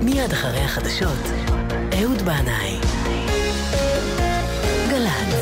מיד אחרי החדשות, אהוד בנאי. גל"צ.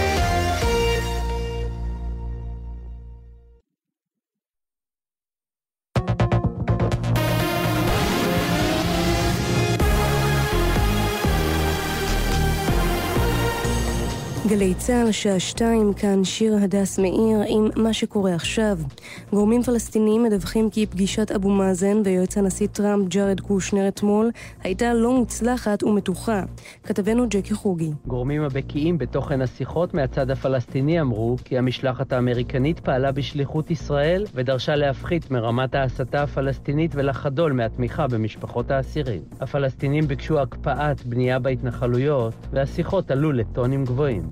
גלי צה"ל, שעה 2, כאן שיר הדס מאיר עם מה שקורה עכשיו. גורמים פלסטיניים מדווחים כי פגישת אבו מאזן ויועץ הנשיא טראמפ ג'ארד קושנר אתמול הייתה לא מוצלחת ומתוחה. כתבנו ג'קי חוגי. גורמים הבקיאים בתוכן השיחות מהצד הפלסטיני אמרו כי המשלחת האמריקנית פעלה בשליחות ישראל ודרשה להפחית מרמת ההסתה הפלסטינית ולחדול מהתמיכה במשפחות האסירים. הפלסטינים ביקשו הקפאת בנייה בהתנחלויות והשיחות עלו לטונים גבוהים.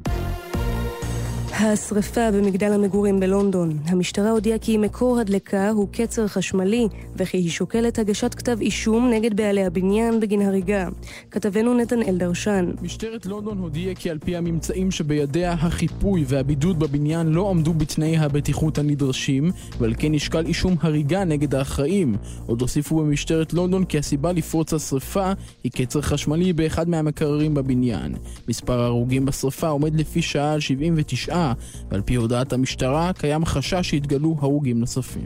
השריפה במגדל המגורים בלונדון. המשטרה הודיעה כי מקור הדלקה הוא קצר חשמלי וכי היא שוקלת הגשת כתב אישום נגד בעלי הבניין בגין הריגה. כתבנו נתנאל דרשן. משטרת לונדון הודיעה כי על פי הממצאים שבידיה החיפוי והבידוד בבניין לא עמדו בתנאי הבטיחות הנדרשים ועל כן נשקל אישום הריגה נגד האחראים. עוד הוסיפו במשטרת לונדון כי הסיבה לפרוץ השריפה היא קצר חשמלי באחד מהמקררים בבניין. מספר ההרוגים בשריפה עומד לפי שעה על 79 ועל פי הודעת המשטרה קיים חשש שהתגלו הרוגים נוספים.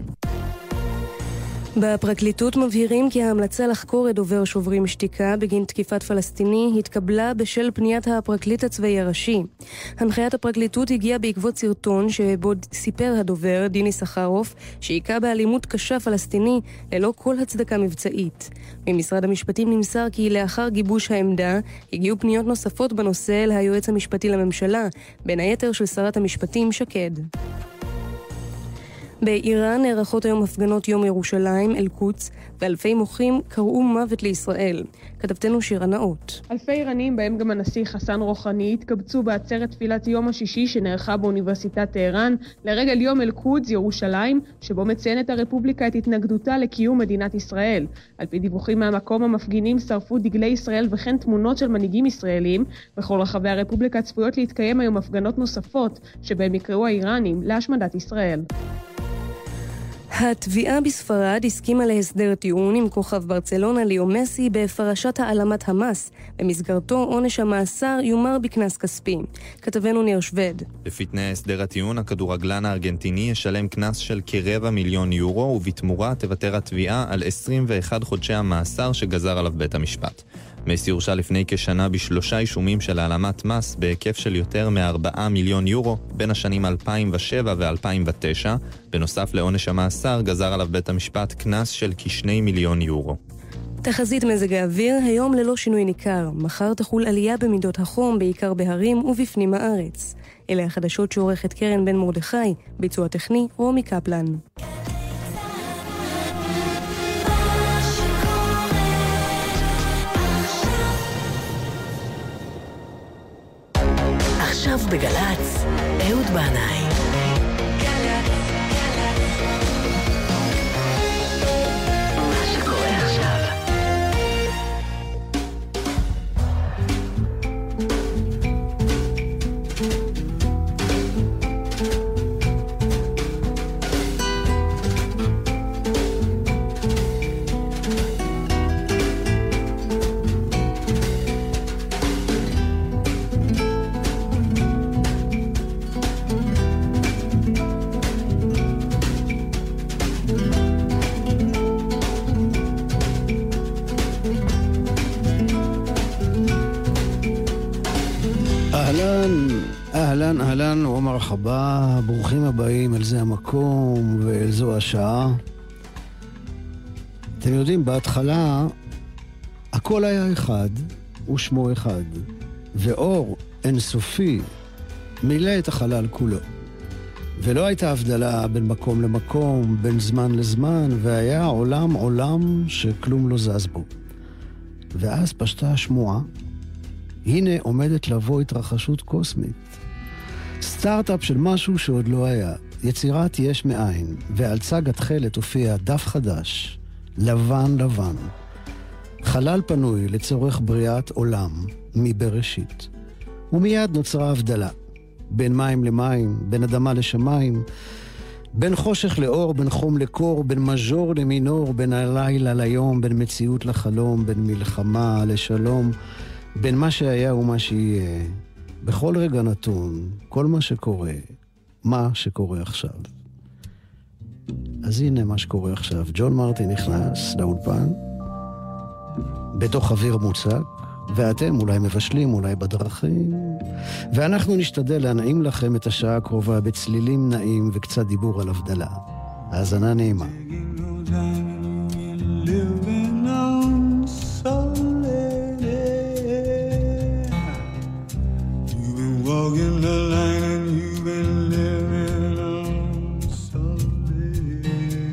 בפרקליטות מבהירים כי ההמלצה לחקור את דובר שוברים שתיקה בגין תקיפת פלסטיני התקבלה בשל פניית הפרקליט הצבאי הראשי. הנחיית הפרקליטות הגיעה בעקבות סרטון שבו סיפר הדובר דיני סחרוף שהיכה באלימות קשה פלסטיני ללא כל הצדקה מבצעית. ממשרד המשפטים נמסר כי לאחר גיבוש העמדה הגיעו פניות נוספות בנושא ליועץ המשפטי לממשלה, בין היתר של שרת המשפטים שקד. באיראן נערכות היום הפגנות יום ירושלים, אל-קודס, ואלפי מוחים קראו מוות לישראל. כתבתנו שירה נאות. אלפי איראנים, בהם גם הנשיא חסן רוחני, התקבצו בעצרת תפילת יום השישי שנערכה באוניברסיטת טהרן, לרגל יום אל-קודס, ירושלים, שבו מציינת הרפובליקה את התנגדותה לקיום מדינת ישראל. על פי דיווחים מהמקום, המפגינים שרפו דגלי ישראל וכן תמונות של מנהיגים ישראלים. בכל רחבי הרפובליקה צפויות להתקיים היום הפגנות נוספות, שבהם יקראו האיראנים להשמדת ישראל. התביעה בספרד הסכימה להסדר טיעון עם כוכב ברצלונה ליאו מסי בפרשת העלמת המס. במסגרתו עונש המאסר יומר בכנס כספי. כתבנו ניר שווד. לפי תנאי הסדר הטיעון, הכדורגלן הארגנטיני ישלם כנס של כ250,000 יורו, ובתמורה תוותר התביעה על 21 חודשי המאסר שגזר עליו בית המשפט. מסי הורשע לפני כשנה ב3 אישומים של העלמת מס בהיקף של יותר מ4 מיליון יורו בין השנים 2007 ו-2009. בנוסף לעונש המאסר גזר עליו בית המשפט קנס של כ2 מיליון יורו. תחזית מזג האוויר, היום ללא שינוי ניכר. מחר תחול עלייה במידות החום, בעיקר בהרים ובפנים הארץ. אלה החדשות שעורכת קרן בן מרדכי, ביצוע טכני רומי קפלן. עכשיו בגל"צ, אהוד בנאי. מה שקורה עכשיו. אהלן ומרחבה, ברוכים הבאים אל זה המקום ואל זו השעה. אתם יודעים, בהתחלה הכל היה אחד ושמו אחד, ואור אינסופי מילא את החלל כולו, ולא הייתה הבדלה בין מקום למקום, בין זמן לזמן, והיה עולם שכלום לא זז בו. ואז פשטה השמועה, הנה עומדת לבוא התרחשות קוסמית. סטארט-אפ של משהו שעוד לא היה. יצירת יש מאין, ועל צג התחלת הופיע דף חדש, לבן. חלל פנוי לצורך בריאת עולם מבראשית. ומיד נוצרה הבדלה. בין מים למים, בין אדמה לשמיים. בין חושך לאור, בין חום לקור, בין מז'ור למינור, בין הלילה ליום, בין מציאות לחלום, בין מלחמה לשלום, בין מה שהיה ומה שיהיה. בכל רגע נתון, כל מה שקורה, מה שקורה עכשיו. אז הנה מה שקורה עכשיו. ג'ון מרטין נכנס לאולפן, בתוך אוויר מוצק, ואתם אולי מבשלים, אולי בדרכים, ואנחנו נשתדל להנעים לכם את השעה הקרובה בצלילים נעים וקצת דיבור על הבדלה. האזנה נעימה. Walking the line and you've been living on solid.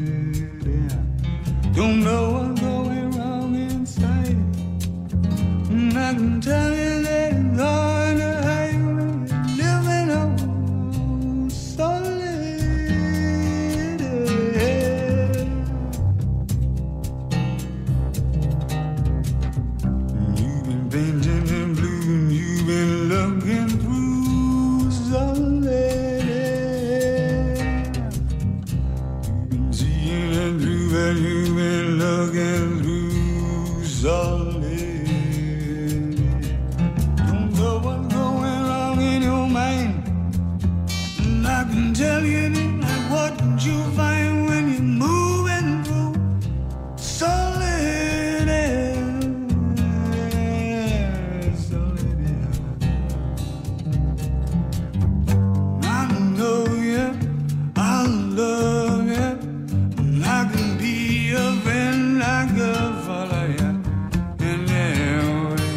Don't know what's going wrong inside, and I can tell you that it's hard to hide when you're living on solid. You've been painting in blue and you've been looking through. You've been looking through solid. Don't know what's going wrong in your mind, and I can tell you that what you find when you're moving through solid. Solid. I know you, I love you. I can be a friend, I could follow you in their way.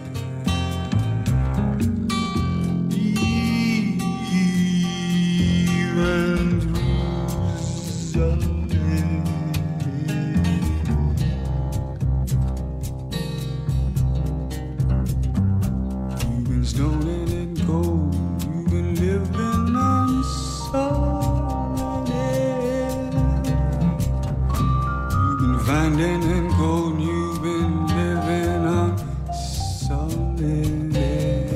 Even through solid. You've been stoning and cold, you've been living on solid. Finding and cold, you've been living on solid.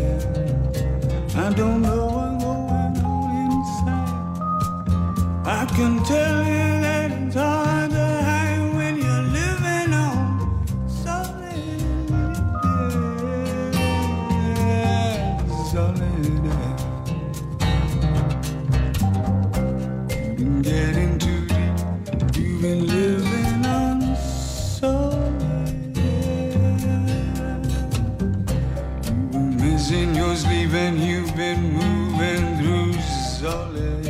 I don't know what's going on inside. I can tell you that it's hard to hide when you're living on solid. Solid. You've been getting too deep, you've been living on solid. You've been missing your sleep and you've been moving through solid.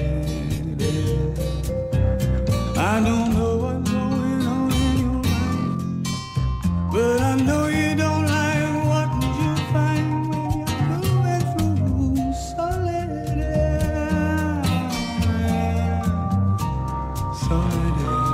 I don't know what's going on in your mind, but I know you don't like what you find when you're moving through solid. Solid.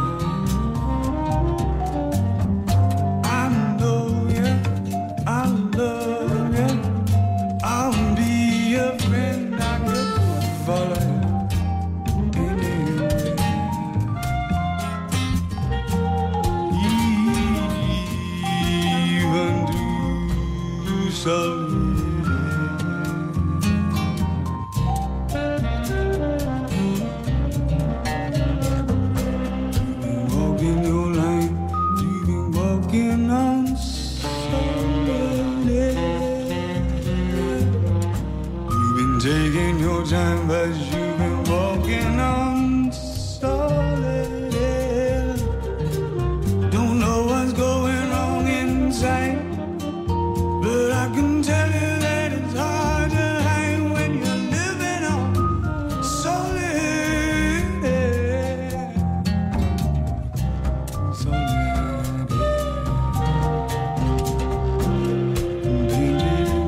Taking your time, but you've been walking on solid. Don't know what's going wrong inside, but I can tell you that it's hard to hide when you're living on solid. Solid.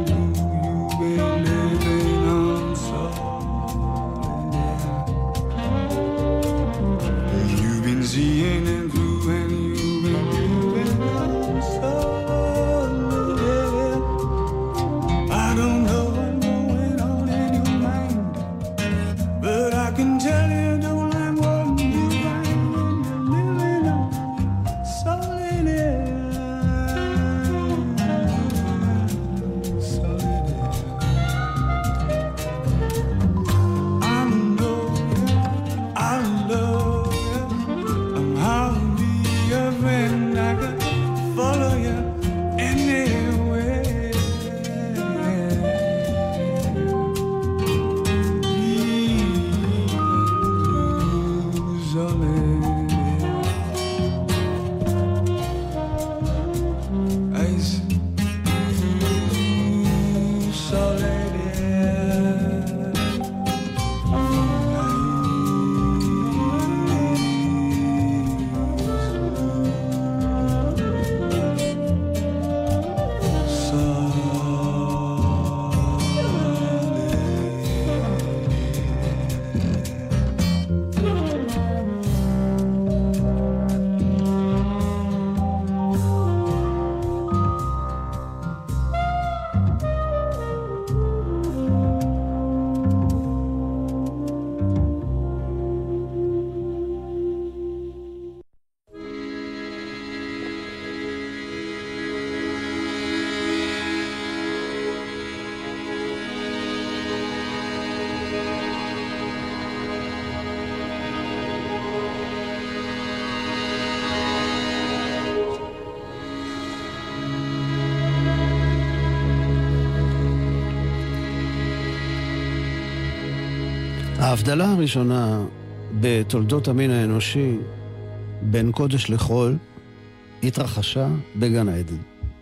You've been living on solid. ההבדלה הראשונה בתולדות המין האנושי בין קודש לחול התרחשה בגן העדן.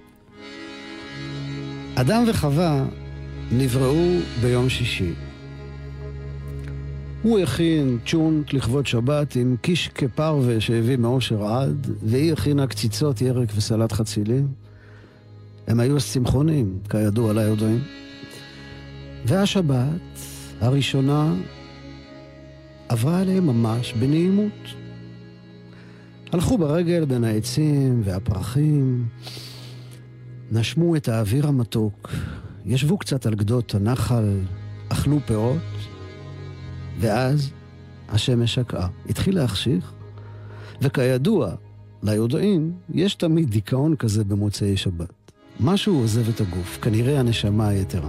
אדם וחווה נבראו ביום שישי. הוא הכין צ'ונט לכבוד שבת עם קיש כפרווה שהביא מאושר עד, והיא הכינה קציצות ירק וסלט חצילים. הם היו שמחונים, כידוע ליודעים. והשבת הראשונה עברה עליהם ממש בנעימות. הלכו ברגל בין העצים והפרחים, נשמו את האוויר המתוק, ישבו קצת על גדות הנחל, אכלו פירות, ואז השמש שקעה. התחיל להחשיך, וכידוע ליודעים יש תמיד דיכאון כזה במוצאי שבת. משהו עוזב את הגוף, כנראה הנשמה היתרה.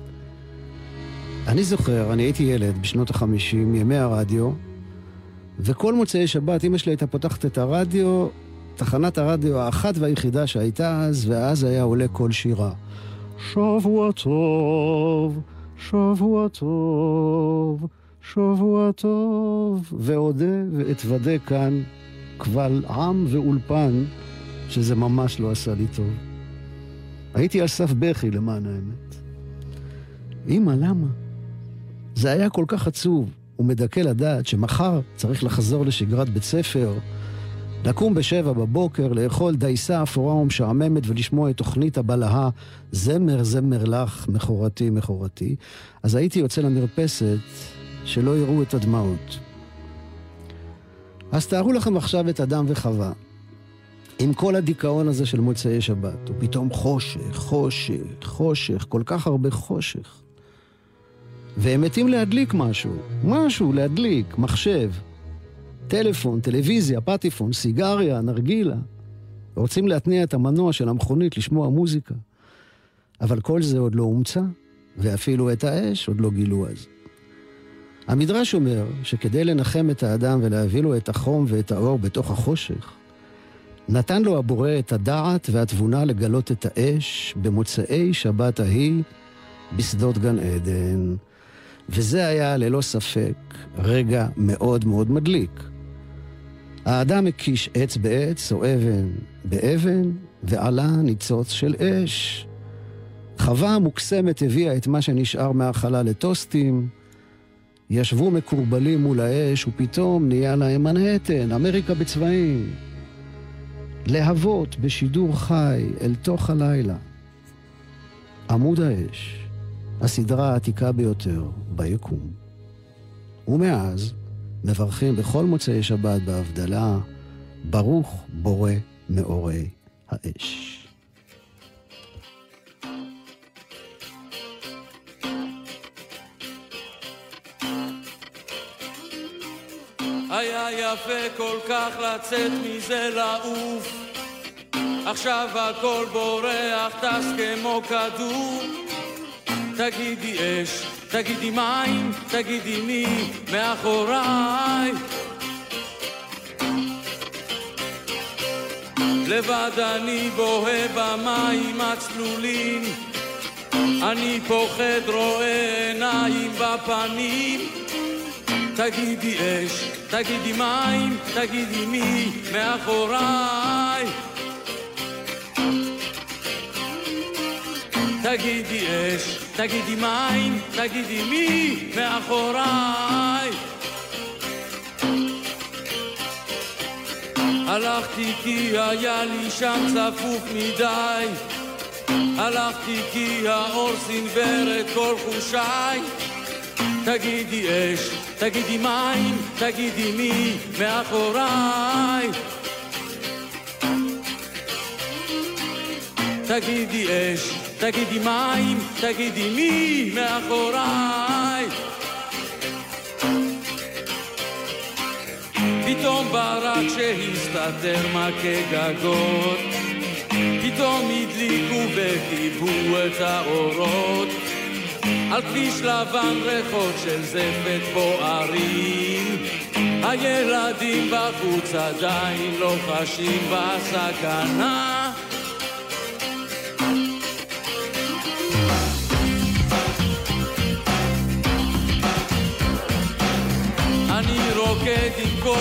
אני זוכר, אני הייתי ילד בשנות ה-50, ימי הרדיו, וכל מוצאי שבת אמא שלי הייתה פותחת את הרדיו, תחנת הרדיו האחת והיחידה שהייתה אז, ואז היה עולה כל שירה. שבוע טוב, שבוע טוב, שבוע טוב, ועודה ואתוודה כאן, קבל עם ואולפן, שזה ממש לא עשה לי טוב. הייתי על סף בכי למען האמת. אמא, למה? זה היה כל כך עצוב ומדכא לדעת שמחר צריך לחזור לשגרת בית ספר, לקום ב7 בבוקר, לאכול דייסה אפורה ומשעממת ולשמוע את תוכנית הבלהה זמר זמר לך, מחורתי מחורתי. אז הייתי יוצא למרפסת שלא יראו את הדמעות. אז תארו לכם עכשיו את אדם וחווה, עם כל הדיכאון הזה של מוצאי שבת, ופתאום חושך, חושך, חושך, כל כך הרבה חושך. והם מתים להדליק משהו להדליק, מחשב, טלפון, טלוויזיה, פטיפון, סיגריה, נרגילה. רוצים להתניע את המנוע של המכונית, לשמוע מוזיקה. אבל כל זה עוד לא הומצא, ואפילו את האש עוד לא גילו אז. המדרש אומר שכדי לנחם את האדם ולהביא לו את החום ואת האור בתוך החושך, נתן לו הבורא את הדעת והתבונה לגלות את האש במוצאי שבת ההיא בשדות גן עדן. וזה היה ללא ספק רגע מאוד מאוד מדליק. האדם הקיש עץ בעץ או אבן באבן, ועלה ניצוץ של אש. חווה המוקסמת הביאה את מה שנשאר מהחלה לטוסטים, ישבו מקורבלים מול האש, ופתאום נהיה להם מנהטן, אמריקה בצבעים. להבות בשידור חי אל תוך הלילה. עמוד האש, הסדרה העתיקה ביותר ביקום. ומאז מברכים בכל מוצאי שבת בהבדלה, ברוך בורא מאורי האש. היה יפה כל כך לצאת מזה לעוף, עכשיו הכל בורח, טס כמו כדור. תגידי אש, תגידי מים, תגידי מי מאחוריי. לבד אני בוהה במים הצלולים, אני פוחד רואה עיניים בפנים. תגידי אש, תגידי מים, תגידי מי מאחוריי. תגידי אש, תגידי מים, תגידי מי מאחוריי. הלכתי כי היה לי שם צפוף מדי, הלכתי כי האור סנבר את כל חושיי. תגידי אש, תגידי מים, תגידי מי מאחוריי. תגידי אש, תגידי מים, תגידי מי מאחוריי. פתאום ברק שהסתתר מכה גגות, פתאום הדליקו וכיבו את האורות. על כביש לבן ריחות של זפת בוערים, הילדים בחוץ עדיין לא חשים בסכנה.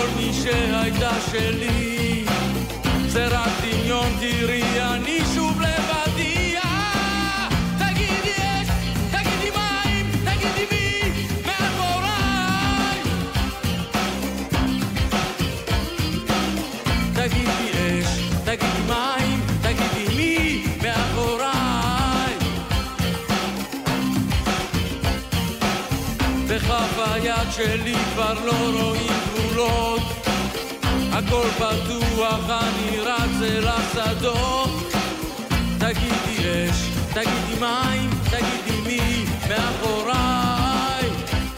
מי שהייתה שלי זה רק דמיון, תראי אני שוב לבדי. תגידי אש, תגידי מים, תגידי מי מאחוריי. תגידי אש, תגידי מים, תגידי מי מאחוריי. בכף היד שלי כבר לא רואים גבולות, הכל פתוח, אני רץ אל השדות. תגידי אש, תגידי מים, תגידי מי מאחוריי.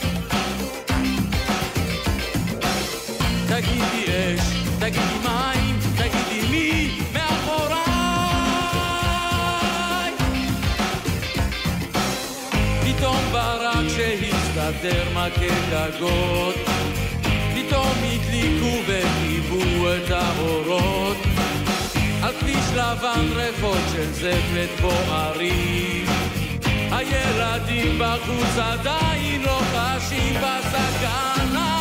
תגידי אש, תגידי מים, תגידי מי מאחוריי. פתאום ברק שהסתתר מכה גגות, פתאום הדליקו וחיבו את האורות, על כביש לבן ריחות של זפת בוערים. הילדים בחוץ עדיין לא חשים בסכנה.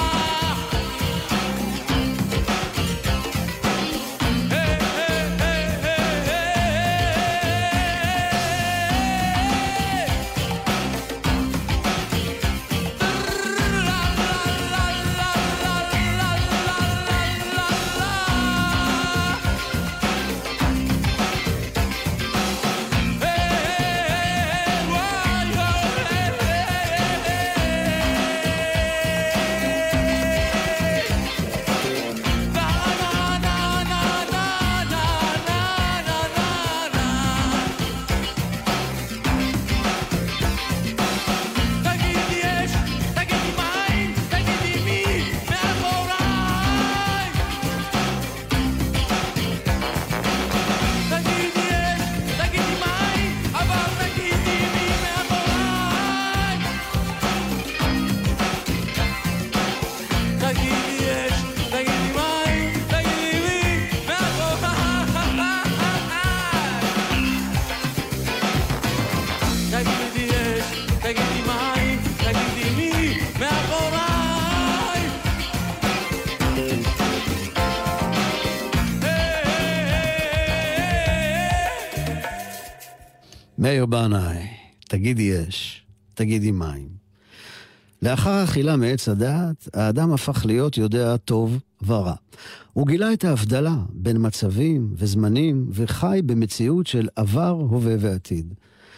מאיר בנאי, תגידי אש, תגידי מים. לאחר אכילה מעץ הדעת, האדם הפך להיות יודע טוב ורע. הוא גילה את ההבדלה בין מצבים וזמנים, וחי במציאות של עבר, הווה ועתיד.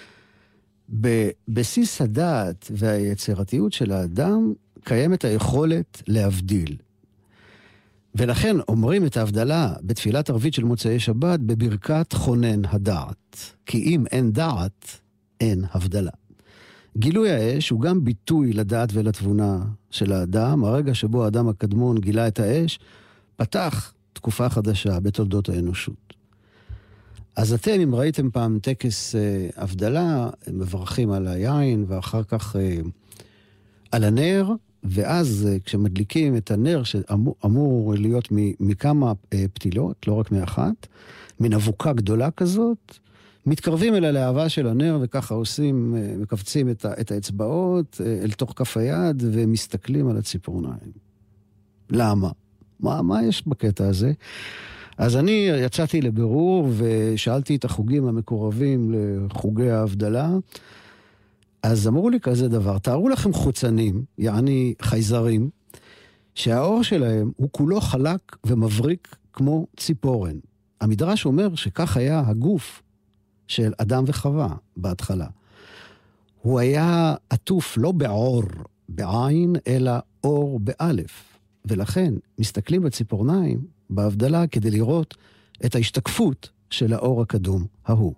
בבסיס הדעת והיצירתיות של האדם קיימת היכולת להבדיל. ולכן אומרים את ההבדלה בתפילת ערבית של מוצאי שבת בברכת חונן הדעת. כי אם אין דעת, אין הבדלה. גילוי האש הוא גם ביטוי לדעת ולתבונה של האדם. הרגע שבו האדם הקדמון גילה את האש, פתח תקופה חדשה בתולדות האנושות. אז אתם, אם ראיתם פעם טקס הבדלה, מברכים על היין ואחר כך על הנר, ואז כשמדליקים את הנר שאמור להיות מכמה פתילות, לא רק מאחת, מן אבוקה גדולה כזאת, מתקרבים אל הלהבה של הנר וככה עושים, מקבצים את האצבעות אל תוך כף היד ומסתכלים על הציפורניים. למה? מה יש בקטע הזה? אז אני יצאתי לבירור ושאלתי את החוגים המקורבים לחוגי ההבדלה, אז אמרו לי כזה דבר, תארו לכם חוצנים, יעני חייזרים, שהאור שלהם הוא כולו חלק ומבריק כמו ציפורן. המדרש אומר שכך היה הגוף של אדם וחווה בהתחלה. הוא היה עטוף לא בעור בעין, אלא אור באלף. ולכן מסתכלים בציפורניים בהבדלה כדי לראות את ההשתקפות של האור הקדום ההוא.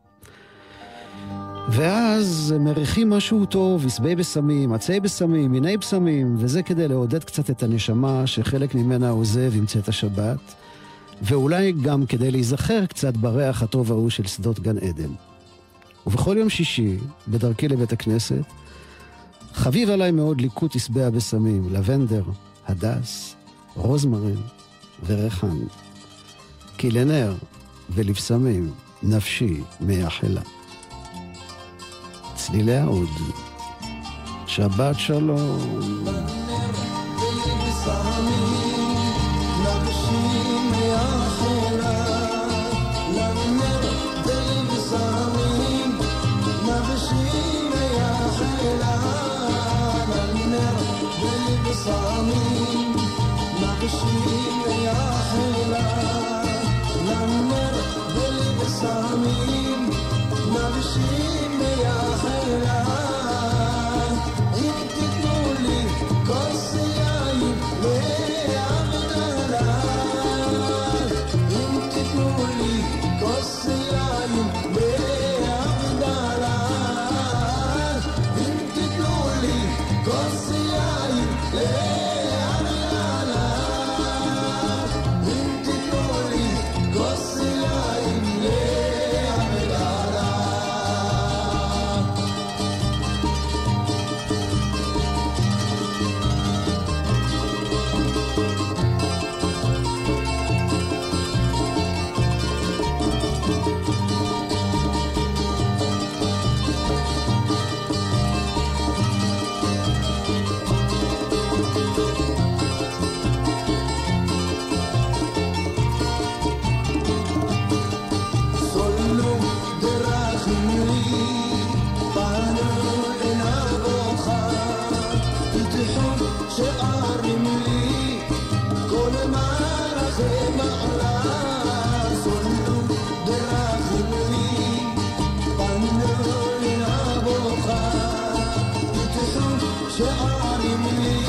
ואז מריחים משהו טוב, עשבי בסמים, עצי בסמים, מיני בסמים, וזה כדי לעודד קצת את הנשמה שחלק ממנה עוזב עם צאת השבת, ואולי גם כדי להיזכר קצת בריח הטוב ההוא של שדות גן עדן. ובכל יום שישי, בדרכי לבית הכנסת, חביב עליי מאוד ליקוט עשבי הבשמים, לבנדר, הדס, רוזמרין וריחן. כי לנר ולבשמים נפשי מייחלה. צלילי העוד, שבת שלום.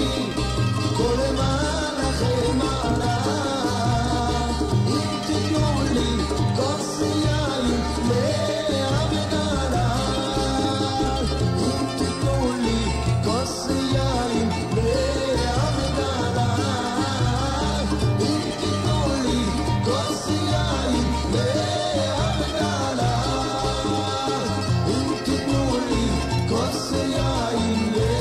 כל למענכם עלה אם תיתנו לי כוס יין להבדלה אם תיתנו לי כוס יין להבדלה אם תיתנו לי כוס יין להבדלה אם תיתנו לי כוס יין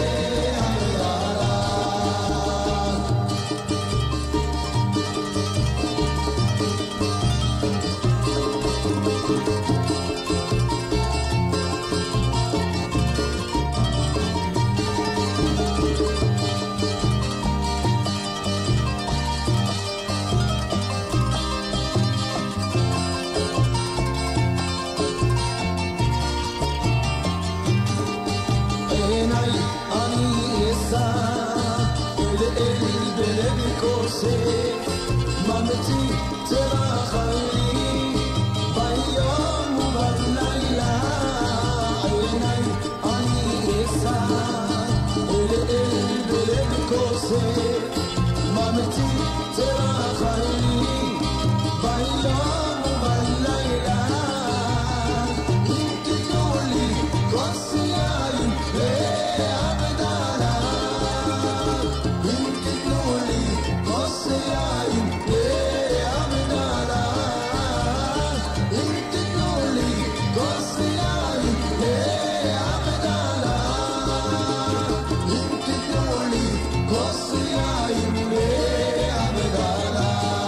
ממתי צרח עלי ביום ובלילה עיניי אני אשא אל בלב כוסף ממתי צרח עלי ביום ובלילה אם תיתנו לי כוס יין להבדלה אם תיתנו לי כוס יין להבדלה אם תיתנו לי כוס יין להבדלה אם תיתנו לי כוס יין להבדלה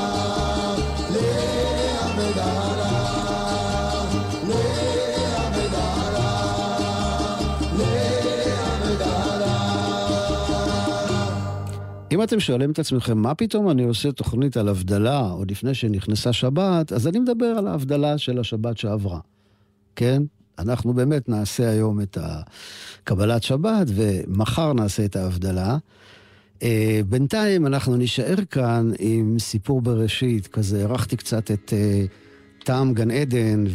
אם אתם שואלים את עצמכם, מה פתאום אני עושה תוכנית על הבדלה, עוד לפני שנכנסה שבת, אז אני מדבר על ההבדלה של השבת שעברה. כן? אנחנו באמת נעשה היום את קבלת שבת, ומחר נעשה את ההבדלה. בינתיים אנחנו נשאר כאן עם סיפור בראשית, כזה ערכתי קצת את טעם גן עדן,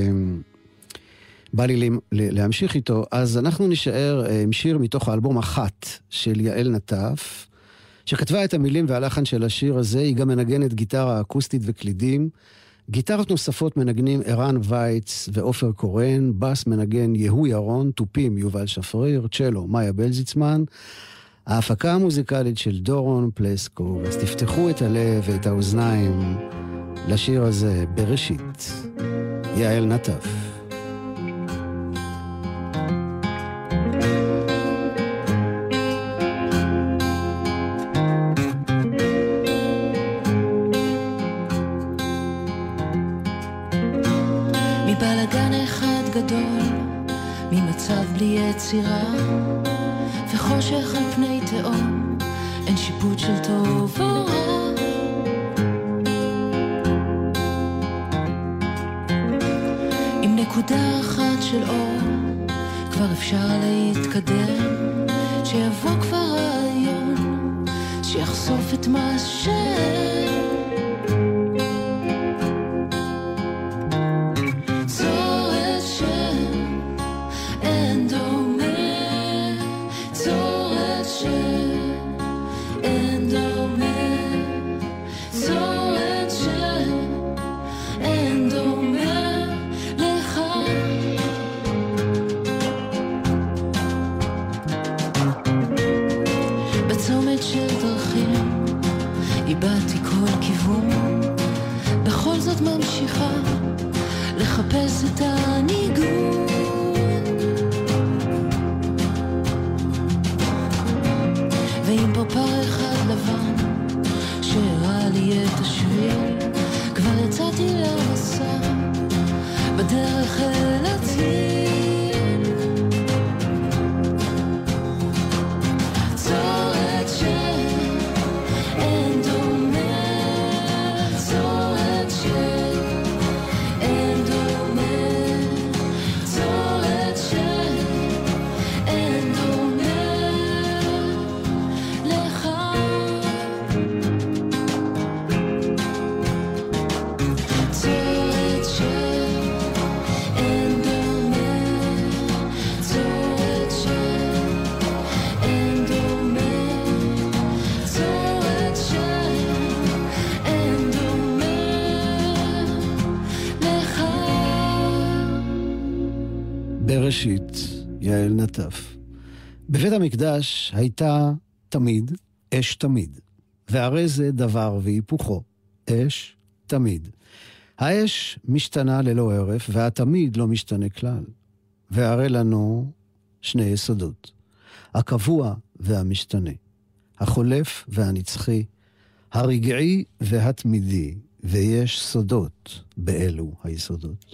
בא לי להמשיך איתו, אז אנחנו נשאר עם שיר מתוך האלבום אחת של יעל נטף, שכתבה את המילים והלחן של השיר הזה. היא גם מנגנת גיטרה אקוסטית וקלידים. גיטרות נוספות מנגנים ערן וייץ ואופר קורן, בס מנגן יהוא ירון, טופים יובל שפריר, צ'לו מאיה בלזיצמן. ההפקה המוזיקלית של דורון פלסקו. אז תפתחו את הלב ואת האוזניים לשיר הזה בראשית. יעל נטף. מבלגן אחד גדול, ממצב בלי יצירה, וחושך על פני תאום, אין שיפוט של טוב או רע. עם נקודה אחת של אור, כבר אפשר להתקדם, שיבוא כבר רעיון, שיחשוף את מה איבדתי כל כיוון, בכל זאת ממשיכה לחפש את הניגון. ועם פרפר אחד לבן שהראה לי את השביל, כבר יצאתי למסע בדרך אל הציר. בראשית, יעל נטף. בבית המקדש הייתה תמיד אש תמיד, והרי זה דבר והיפוכו, אש תמיד. האש משתנה ללא הרף, והתמיד לא משתנה כלל. והרי לנו שני יסודות, הקבוע והמשתנה, החולף והנצחי, הרגעי והתמידי, ויש סודות באלו היסודות.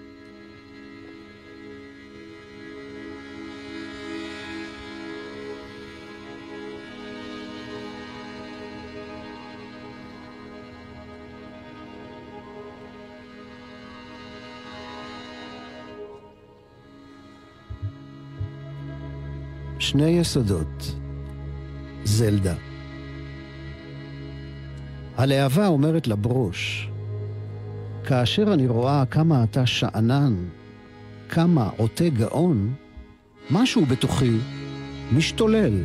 שני יסודות, זלדה. הלהבה אומרת לברוש, כאשר אני רואה כמה אתה שענן, כמה עוטה גאון, משהו בתוכי משתולל.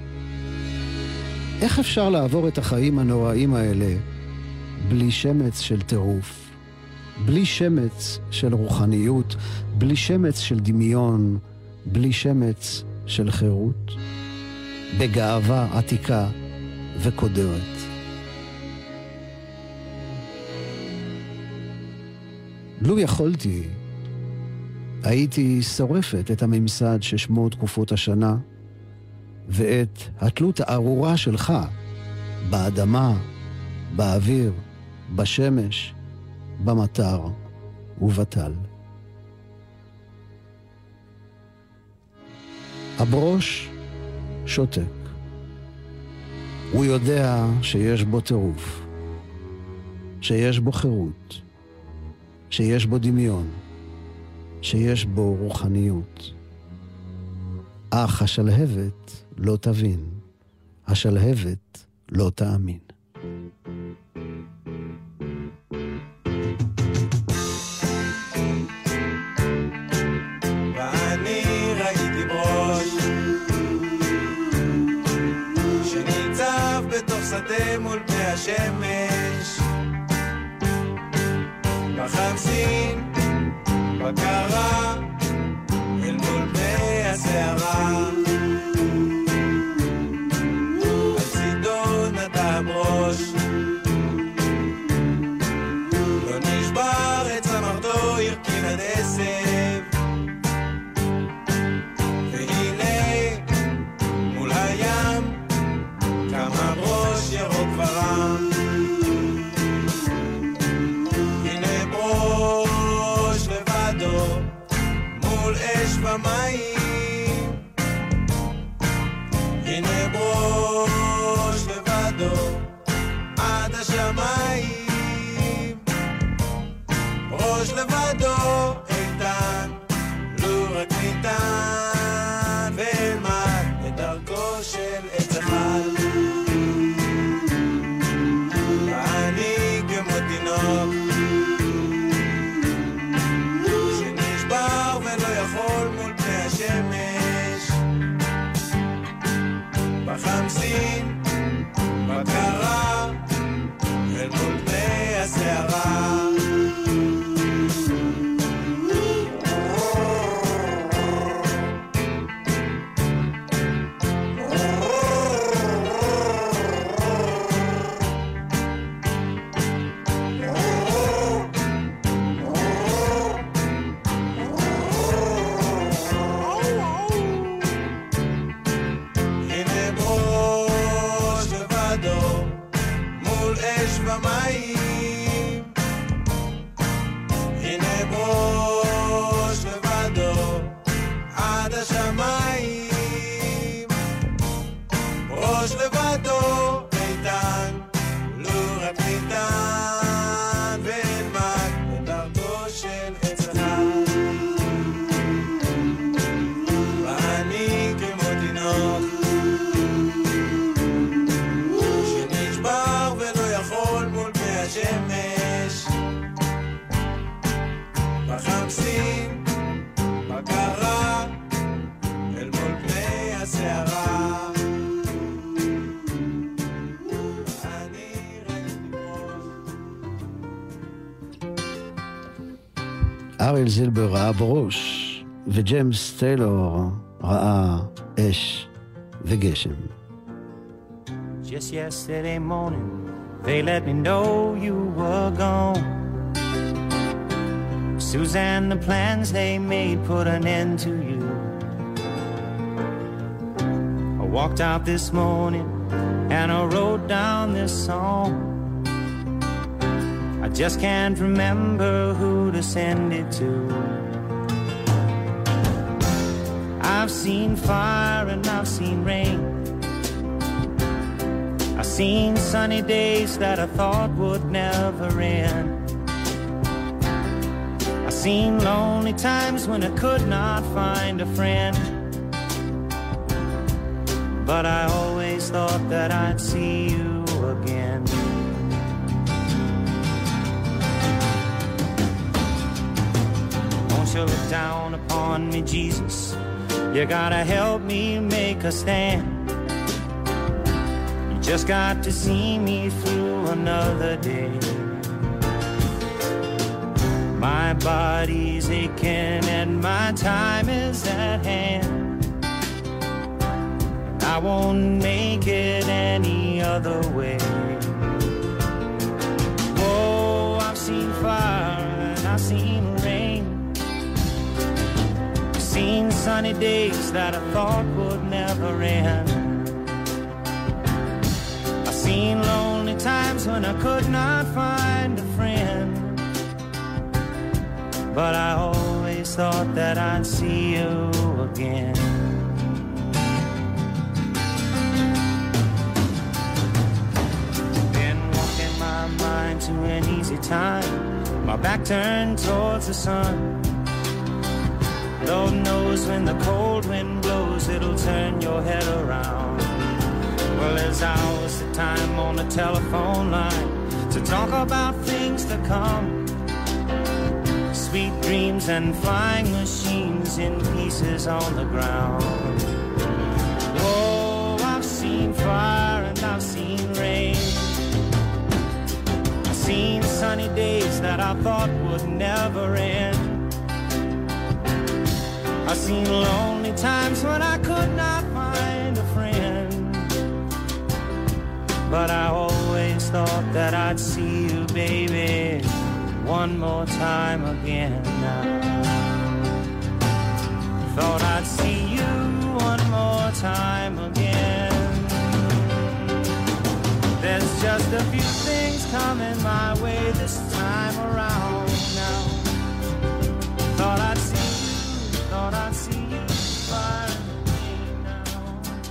איך אפשר לעבור את החיים הנוראים האלה בלי שמץ של טירוף, בלי שמץ של רוחניות, בלי שמץ של דמיון, בלי שמץ של חירות, בגאווה עתיקה וקודרת. לו יכולתי, הייתי שורפת את הממסד ששמו תקופות השנה, ואת התלות הארורה שלך באדמה, באוויר, בשמש, במטר ובטל. הברוש שותק. הוא יודע שיש בו טירוף, שיש בו חירות, שיש בו דמיון, שיש בו רוחניות. אך השלהבת לא תבין, השלהבת לא תאמין. שדה מול פני השמש, בחמסין, בקרה, אל מול פני הסערה. על צידו נטע ברוש, לא נשבר את צמרתו, הרכין עד עשב. והנה מול הים כמה ברוש ירוק ורם. הנה ברוש לבדו מול אש ומים. הנה ברוש לבדו עד השמיים. ברוש לבדו איתן, לו רק ניתן, ואלמד את דרכו של עץ אחד. שנשבר ולא יכול מול פני השמש, בחמסין, בקרה, אל מול פני הסערה. אריאל זילבר ראה ברוש וג'יימס טיילור ראה אש וגשם. Just yesterday morning they let me know you were gone. Suzanne, the plans they made put an end to you. I walked out this morning and I wrote down this song. I just can't remember who to send it to. I've seen fire and I've seen rain. I've seen sunny days that I thought would never end. I've seen lonely times when I could not find a friend. But I always thought that I'd see you again. Won't you look down upon me, Jesus? You gotta help me make a stand. You just got to see me through another day. My body's aching and my time is at hand. I won't make it any other way. Oh, I've seen fire and I've seen rain. I've seen sunny days that I thought would never end. I've seen lonely times when I could not find a friend. But I always thought that I'd see you again. To an easy time, my back turned towards the sun. Lord knows when the cold wind blows, it'll turn your head around. Well, there's hours of time on the telephone line to talk about things to come. Sweet dreams and flying machines in pieces on the ground. Oh, I've seen fire and I've seen rain. Seen sunny days that I thought would never end. I've seen lonely times when I could not find a friend. But I always thought that I'd see you, baby, one more time again now. Thought I'd see you one more time again. There's just a few things coming my way this time around now. Thought I'd see you far away now.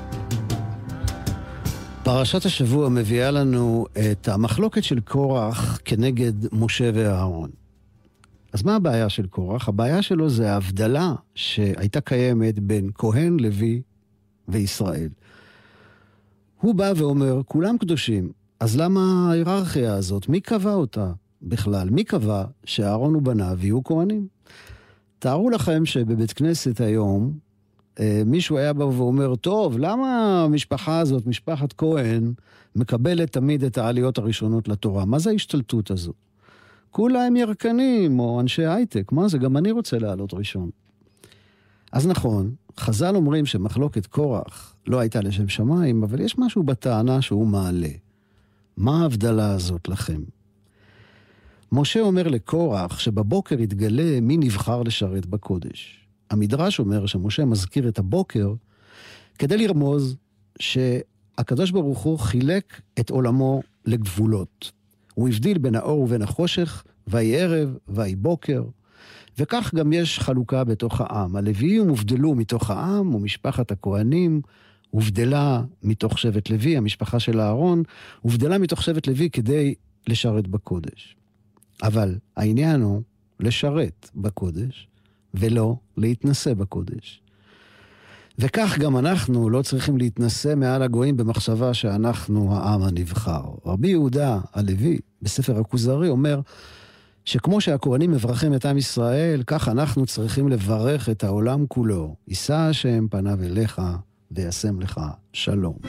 פרשת השבוע מביאה לנו את המחלוקת של קורח כנגד משה ואהרון. אז מה הבעיה של קורח? הבעיה שלו זה ההבדלה שהייתה קיימת בין כהן, לוי וישראל. הוא בא ואומר, כולם קדושים, אז למה ההיררכיה הזאת? מי קבע אותה בכלל? מי קבע שאהרון ובניו יהיו כהנים? תארו לכם שבבית כנסת היום, מישהו היה בא ואומר, טוב, למה המשפחה הזאת, משפחת כהן, מקבלת תמיד את העליות הראשונות לתורה? מה זה ההשתלטות הזו? כולה הם ירקנים או אנשי הייטק, מה זה? גם אני רוצה לעלות ראשון. אז נכון, חז"ל אומרים שמחלוקת קורח לא הייתה לשם שמיים, אבל יש משהו בטענה שהוא מעלה. מה ההבדלה הזאת לכם? משה אומר לקורח שבבוקר יתגלה מי נבחר לשרת בקודש. המדרש אומר שמשה מזכיר את הבוקר כדי לרמוז שהקדוש ברוך הוא חילק את עולמו לגבולות. הוא הבדיל בין האור ובין החושך, והי ערב והי בוקר, וכך גם יש חלוקה בתוך העם. הלוויים הובדלו מתוך העם, ומשפחת הכהנים הובדלה מתוך שבט לוי, המשפחה של אהרון הובדלה מתוך שבט לוי כדי לשרת בקודש. אבל העניין הוא לשרת בקודש, ולא להתנסה בקודש. וכך גם אנחנו לא צריכים להתנסה מעל הגויים במחשבה שאנחנו העם הנבחר. רבי יהודה הלוי בספר הכוזרי אומר שכמו שהכהנים מברכים את עם ישראל, כך אנחנו צריכים לברך את העולם כולו. יישא השם פניו אליך וישם לך שלום.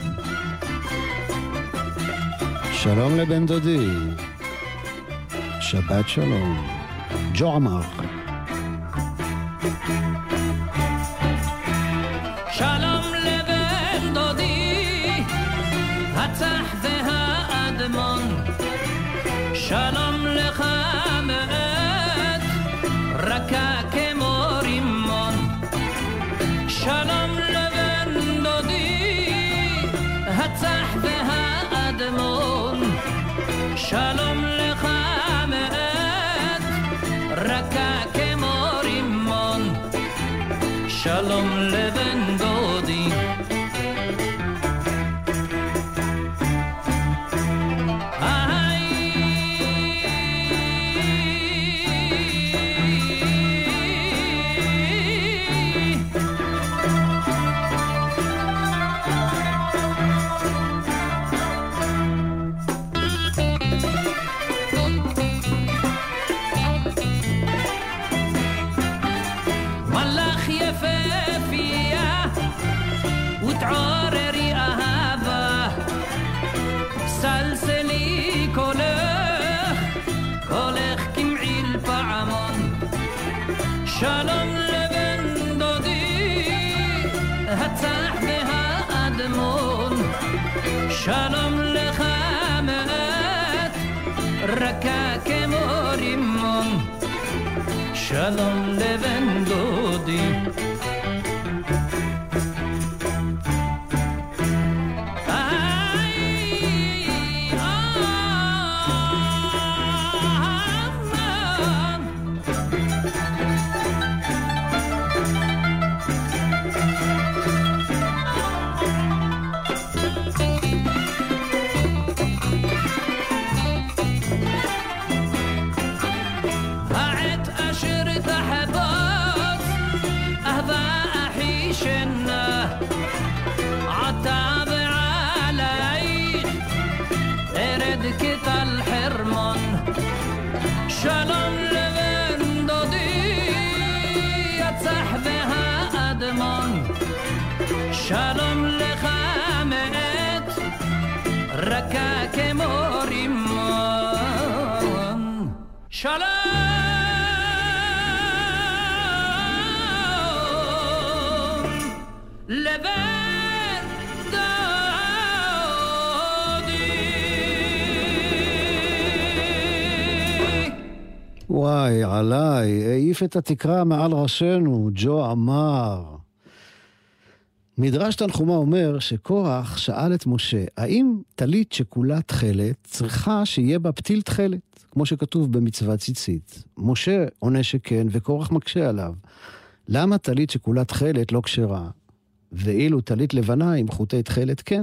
שלום לבן דודי, שבת שלום. ג'ו עמר. שלום לבן דודי שלום לבן דודי הצח והאדמון שלום לך מעט רכה כמו רימון שלום לבן דודי שלום לבן דודי הצח והאדמון שלום לך מעט רכה כמו רימון שלום לבן וואי, עליי, העיף את התקרה מעל ראשנו, ג'ו עמר. מדרש תנחומה אומר שקורח שאל את משה, האם טלית שכולה תכלת צריכה שיהיה בה פתיל תכלת, כמו שכתוב במצוות ציצית? משה עונה שכן, וקורח מקשה עליו. למה טלית שכולה תכלת לא כשרה? ואילו טלית לבנה עם חוטי תכלת כן?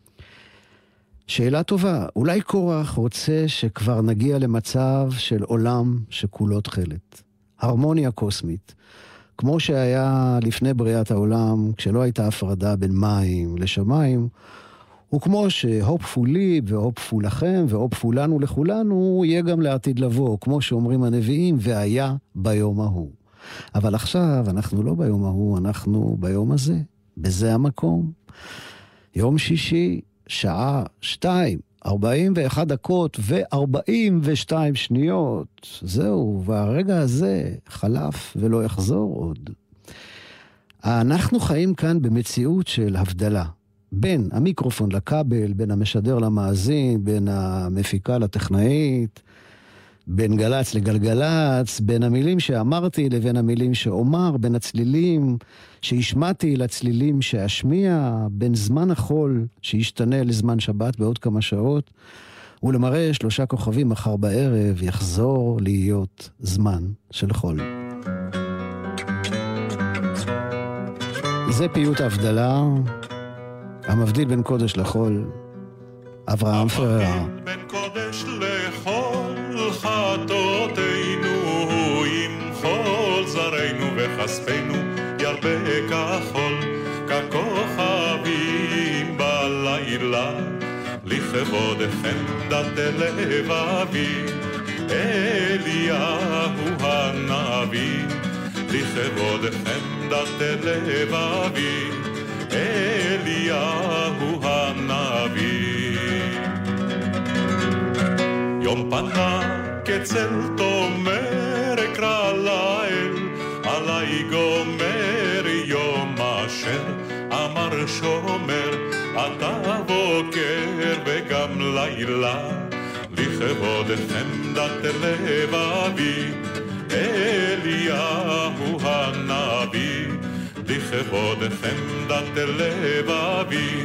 שאלה טובה, אולי קורח רוצה שכבר נגיע למצב של עולם שכולו תכלת. הרמוניה קוסמית, כמו שהיה לפני בריאת העולם, כשלא הייתה הפרדה בין מים לשמיים, וכמו שהופפו לי והופפו לכם והופפו לנו לכולנו, יהיה גם לעתיד לבוא, כמו שאומרים הנביאים, והיה ביום ההוא. אבל עכשיו אנחנו לא ביום ההוא, אנחנו ביום הזה, בזה המקום. יום שישי, שעה 2:41 ו-42 שניות. זהו, והרגע הזה חלף ולא יחזור עוד. אנחנו חיים כאן במציאות של הבדלה. בין המיקרופון לכבל, בין המשדר למאזין, בין המפיקה לטכנאית, בין גלץ לגלגלץ, בין המילים שאמרתי לבין המילים שאומר, בין הצלילים שהשמעתי לצלילים שאשמיע, בין זמן החול שישתנה לזמן שבת בעוד כמה שעות, ולמראה 3 כוכבים מחר בערב יחזור להיות זמן של חול. זה פיוט ההבדלה, המבדיל בין קודש לחול, אברהם פררה. המבדיל בין קודש לחול, חטאותינו עם חול זרענו וכספנו ירבה כחול ככוכבים בלילה לכבודכם דתי לבבי אליהו הנביא לכבודכם דתי לבבי אליהו הנביא יום פנה כצל תומר אקרא לאל עלי גומר יום אשר אמר שומר אתה בוקר וגם לילה לכבודכם דתי לבבי אליהו הנביא לכבודכם דתי לבבי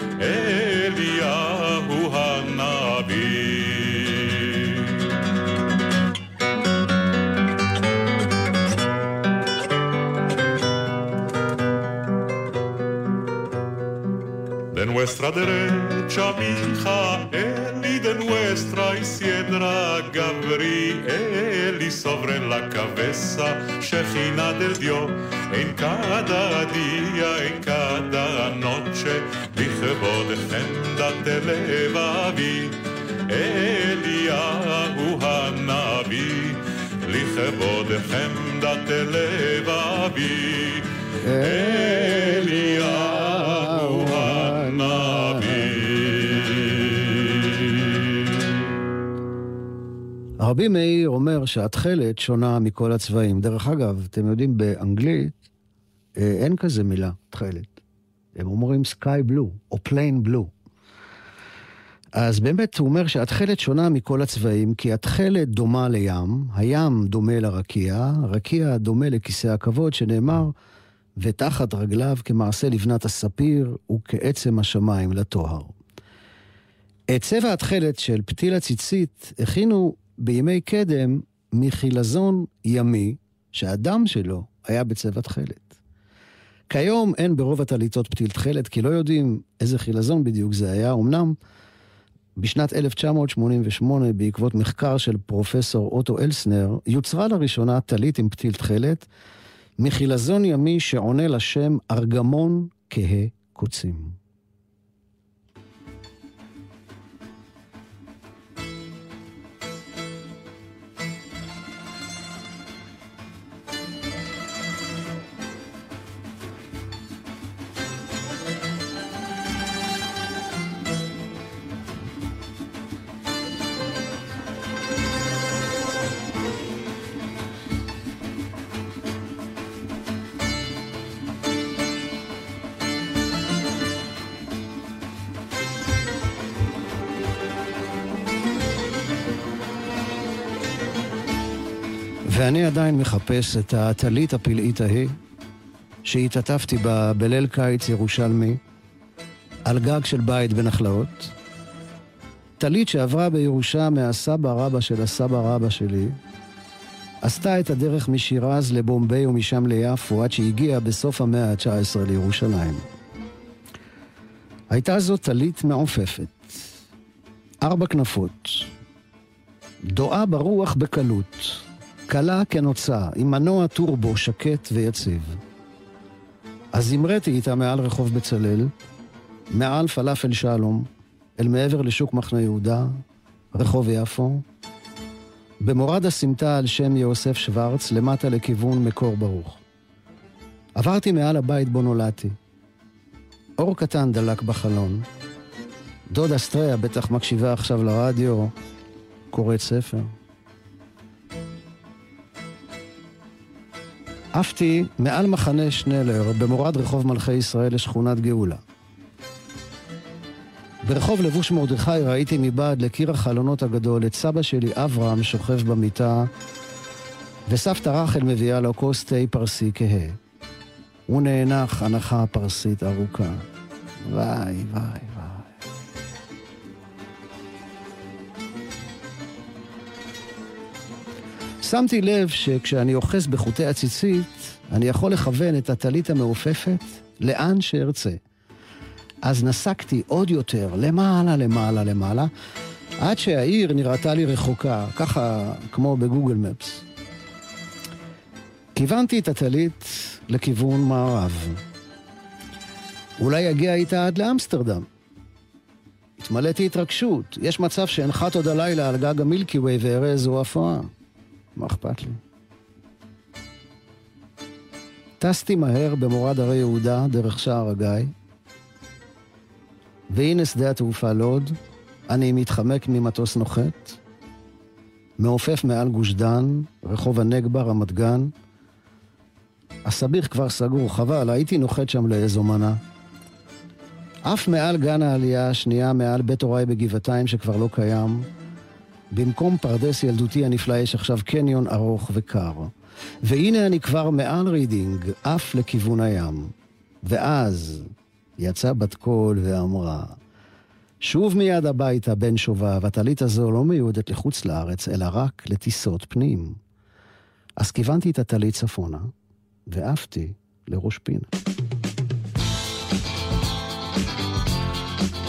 אליהו הנביא nuestra derecha Mijael y de nuestra izquierda Gabriel y sobre la cabeza Shejina del Dios en cada día, en cada noche לכבודכם דתי לבבי אליהו הנביא לכבודכם דתי לבבי אליהו הנביא. רבי מאיר אומר שהתכלת שונה מכל הצבעים. דרך אגב, אתם יודעים, באנגלית אין כזה מילה, תכלת. הם אומרים סקאי בלו, או פליין בלו. אז באמת הוא אומר שהתכלת שונה מכל הצבעים, כי התכלת דומה לים, הים דומה לרקיע, הרקיע דומה לכיסא הכבוד, שנאמר, ותחת רגליו כמעשה לבנת הספיר, וכעצם השמיים לטוהר. את צבע התכלת של פתיל הציצית הכינו בימי קדם מחילזון ימי, שהאדם שלו היה בצבע תכלת. כיום אין ברוב הטליתות פתיל תכלת, כי לא יודעים איזה חילזון בדיוק זה היה. אמנם בשנת 1988, בעקבות מחקר של פרופסור אוטו אלסנר, יוצרה לראשונה טלית עם פתיל תכלת, מחילזון ימי שעונה לשם ארגמון כהה קוצים. ואני עדיין מחפש את הטלית הפלאית ההיא, שהתעטפתי בה בליל קיץ ירושלמי, על גג של בית בנחלאות. טלית שעברה בירושה מהסבא רבא של הסבא רבא שלי, עשתה את הדרך משירז לבומביי ומשם ליפו, עד שהגיעה בסוף המאה ה-19 לירושלים. הייתה זו טלית מעופפת, 4 כנפות, דועה ברוח בקלות, קלה כנוצה, עם מנוע טורבו שקט ויציב. אז אמרתי איתה מעל רחוב בצלל, מעל פלאפל שלום, אל מעבר לשוק מחנה יהודה, רחוב יפו, במורד הסמטה על שם יוסף שוורץ, למטה לכיוון מקור ברוך. עברתי מעל הבית בו נולדתי. אור קטן דלק בחלון. דוד אסטריה בטח מקשיבה עכשיו לרדיו, קוראת ספר. עפתי מעל מחנה שנלר, במורד רחוב מלכי ישראל לשכונת גאולה. ברחוב לבוש מרדכי ראיתי מבעד לקיר החלונות הגדול את סבא שלי אברהם שוכב במיטה, וסבתא רחל מביאה לו כוס תה פרסי כהה. הוא נאנח הנחה פרסית ארוכה. וואי, וואי, וואי. שמתי לב שכשאני אוחז בחוטי הציצית, אני יכול לכוון את הטלית המעופפת לאן שארצה. אז נסקתי עוד יותר, למעלה, למעלה, למעלה, עד שהעיר נראתה לי רחוקה, ככה כמו בגוגל מפס. כיוונתי את הטלית לכיוון מערב. אולי יגיע איתה עד לאמסטרדם. התמלאתי התרגשות. יש מצב שהנחת עוד הלילה על גג המילקי ווי והראה זו הפועה. מה אכפת לי? טסתי מהר במורד הרי יהודה דרך שער הגיא, והנה שדה התעופה לוד. אני מתחמק ממטוס נוחת, מעופף מעל גוש דן, רחוב הנגבה, רמת גן. הסביך כבר סגור, חבל, הייתי נוחת שם לאיזו מנה. אף מעל גן העלייה השנייה, מעל בית הוריי בגבעתיים שכבר לא קיים, במקום פרדס ילדותי הנפלא יש עכשיו קניון ארוך וקר. והנה אני כבר מעל רידינג, אף לכיוון הים. ואז יצאה בת קול ואמרה, שוב מיד הביתה בן שובב, הטלית הזו לא מיועדת לחוץ לארץ, אלא רק לטיסות פנים. אז כיוונתי את הטלית צפונה, ועפתי לראש פינה.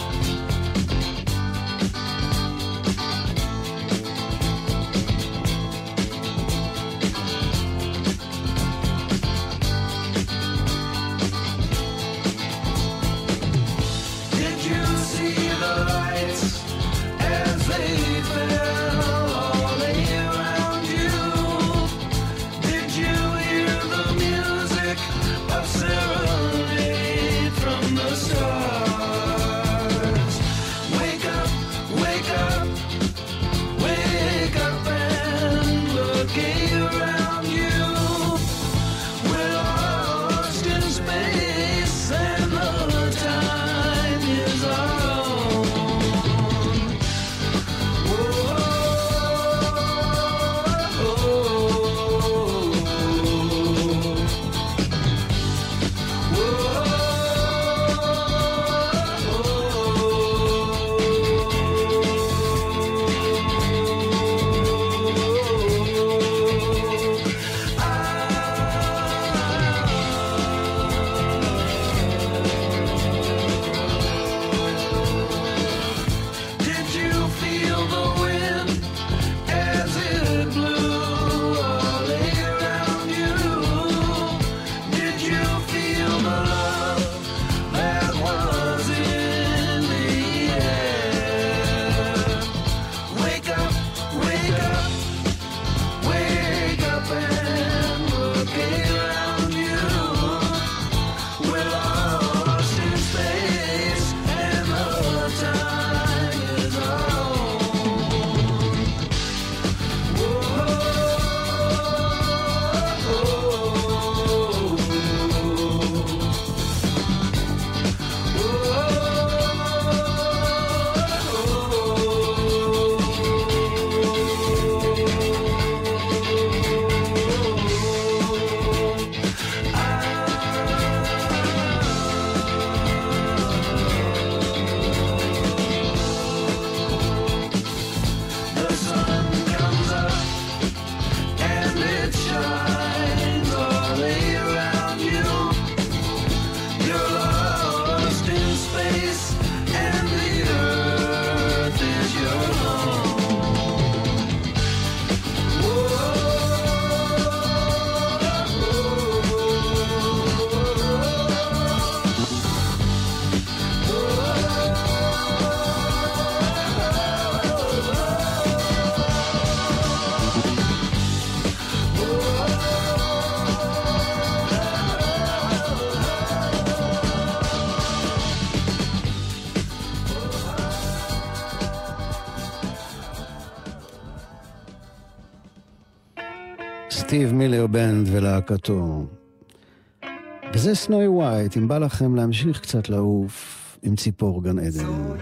סטיב מילר בנד ולהקתו. וזה סנוי ווייט, אם בא לכם להמשיך קצת לעוף עם ציפור גן עדן.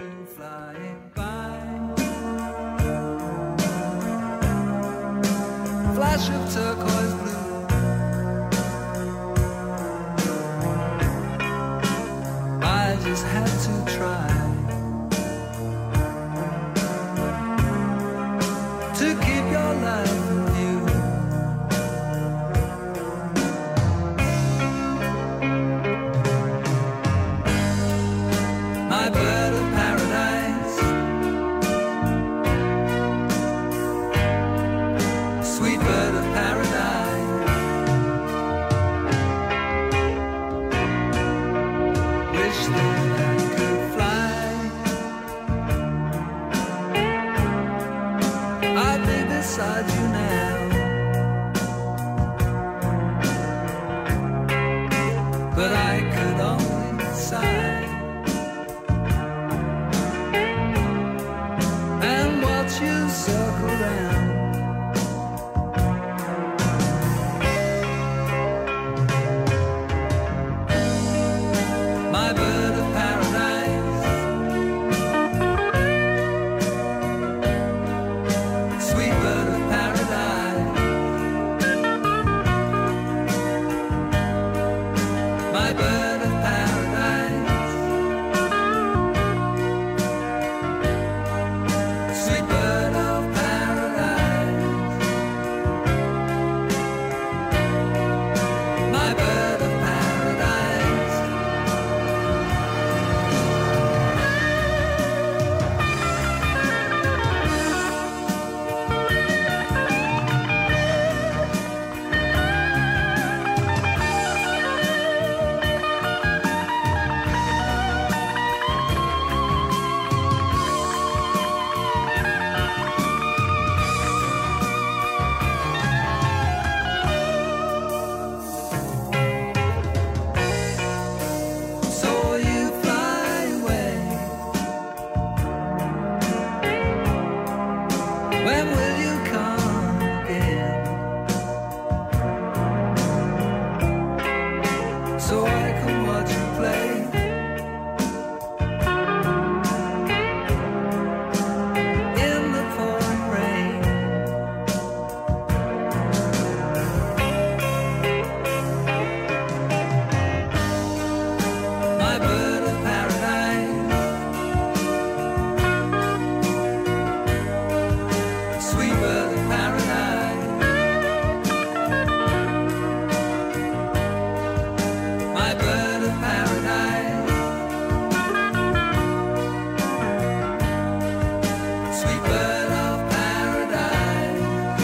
Flash of turquoise blue, I just had to try to keep your life in view. My bird of paradise, sweet bird of paradise, wish that I could fly. I'd be beside you now, but I could only sigh and watch you circle round. My bird of paradise, sweet bird of paradise, my bird of paradise, sweet bird of paradise, my bird of paradise. So you fly away. When will you come again? So I can watch you play. In the pouring rain. My bird of paradise, sweet bird of paradise, my bird of paradise, sweet bird of paradise,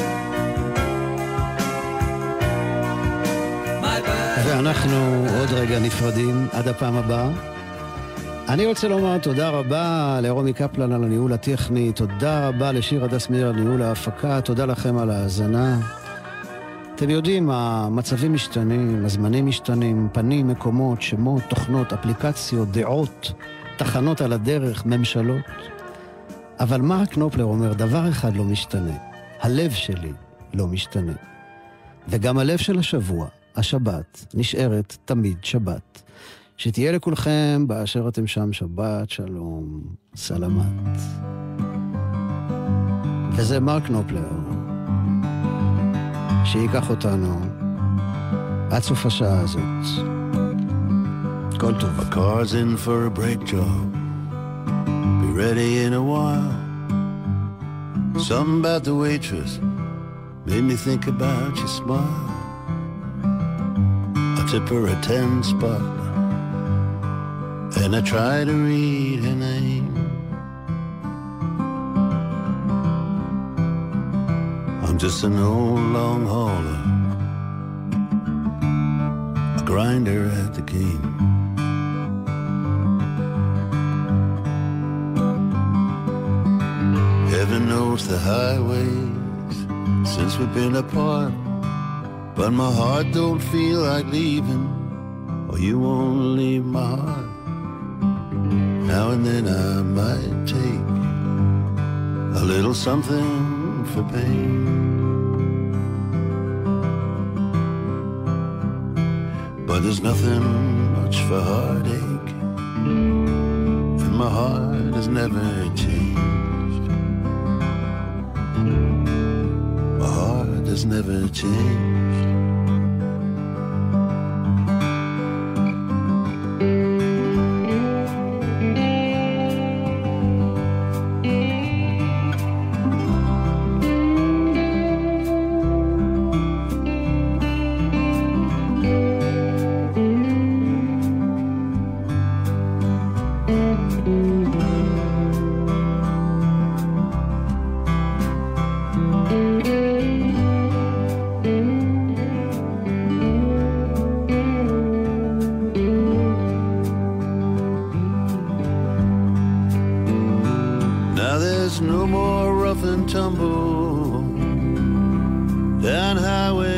my bird. ואנחנו עוד רגע נפרדים עד הפעם הבאה. אני רוצה לומר תודה רבה לרומי קפלן על הניהול הטכני, תודה רבה לשיר הדס מאיר על ניהול ההפקה, תודה לכם על ההאזנה. אתם יודעים, המצבים משתנים, הזמנים משתנים, פנים, מקומות, שמות, תוכנות, אפליקציות, דעות, תחנות על הדרך, ממשלות. אבל מרק נופלר אומר, דבר אחד לא משתנה, הלב שלי לא משתנה. וגם הלב של השבוע, השבת, נשארת תמיד שבת. שתהיה לכולכם באשר אתם שם שבת, שלום, סלמת. וזה מרק נופלר, שיקח אותנו עד סוף השעה הזאת. כל טוב. My car's in for a brake job, be ready in a while. Something about the waitress made me think about your smile. I tip her a 10 spot, and I try to read her name. I'm just an old long hauler, a grinder at the game. Heaven knows the highways since we've been apart, but my heart don't feel like leaving, or you won't leave my heart. Now and then I might take a little something for pain. But there's nothing much for heartache, and my heart has never changed. My heart has never changed. Down Highway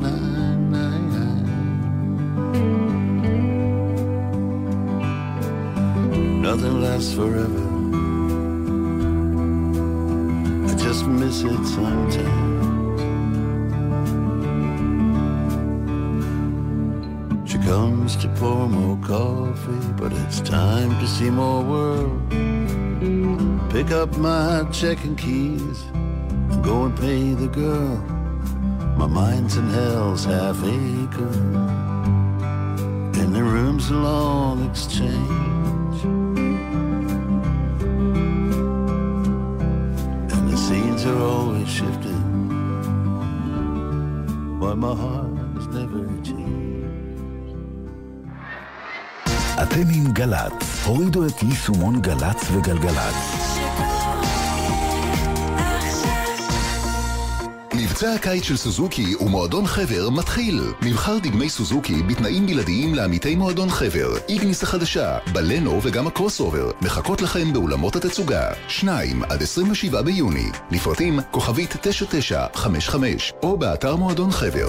199. Nothing lasts forever. I just miss it sometimes. She comes to pour more coffee, but it's time to see more world. Pick up my checking keys, go and pay the girl. My mind's in hell's half-acre, and the room's a long exchange, and the scenes are always shifting, but my heart has never changed. אתם עם גלץ, הורידו את יישומון גלץ וגלגלץ. מבצע הקיץ של סוזוקי ומועדון חבר מתחיל. מבחר דגמי סוזוקי בתנאים בלעדיים לעמיתי מועדון חבר. איגניס החדשה, בלנו וגם הקרוסובר מחכות לכם באולמות התצוגה 2 עד 27 ביוני. לפרטים כוכבית 9955 או באתר מועדון חבר.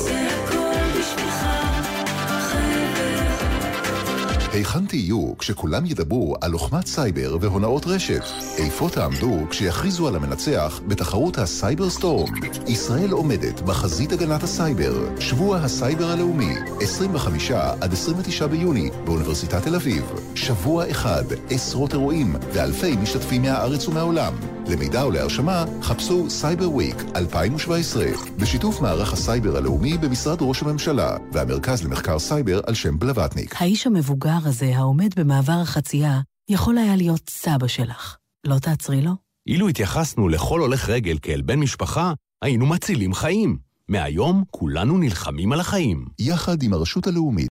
היכן תהיו כשכולם ידברו על לוחמת סייבר והונאות רשת? איפה תעמדו כשיכריזו על המנצח בתחרות הסייבר סטורם? ישראל עומדת בחזית הגנת הסייבר. שבוע הסייבר הלאומי, 25 עד 29 ביוני באוניברסיטת תל אביב. שבוע אחד, עשרות אירועים ואלפי משתתפים מהארץ ומהעולם. למידע ולהרשמה חפשו סייבר וויק 2017 בשיתוף מערך הסייבר הלאומי במשרד ראש הממשלה והמרכז למחקר סייבר על שם בלווטניק. האיש המבוגר הזה העומד במעבר החצייה יכול היה להיות סבא שלך. לא תעצרי לו? אילו התייחסנו לכל הולך רגל כאל בן משפחה, היינו מצילים חיים. מהיום כולנו נלחמים על החיים. יחד עם הרשות הלאומית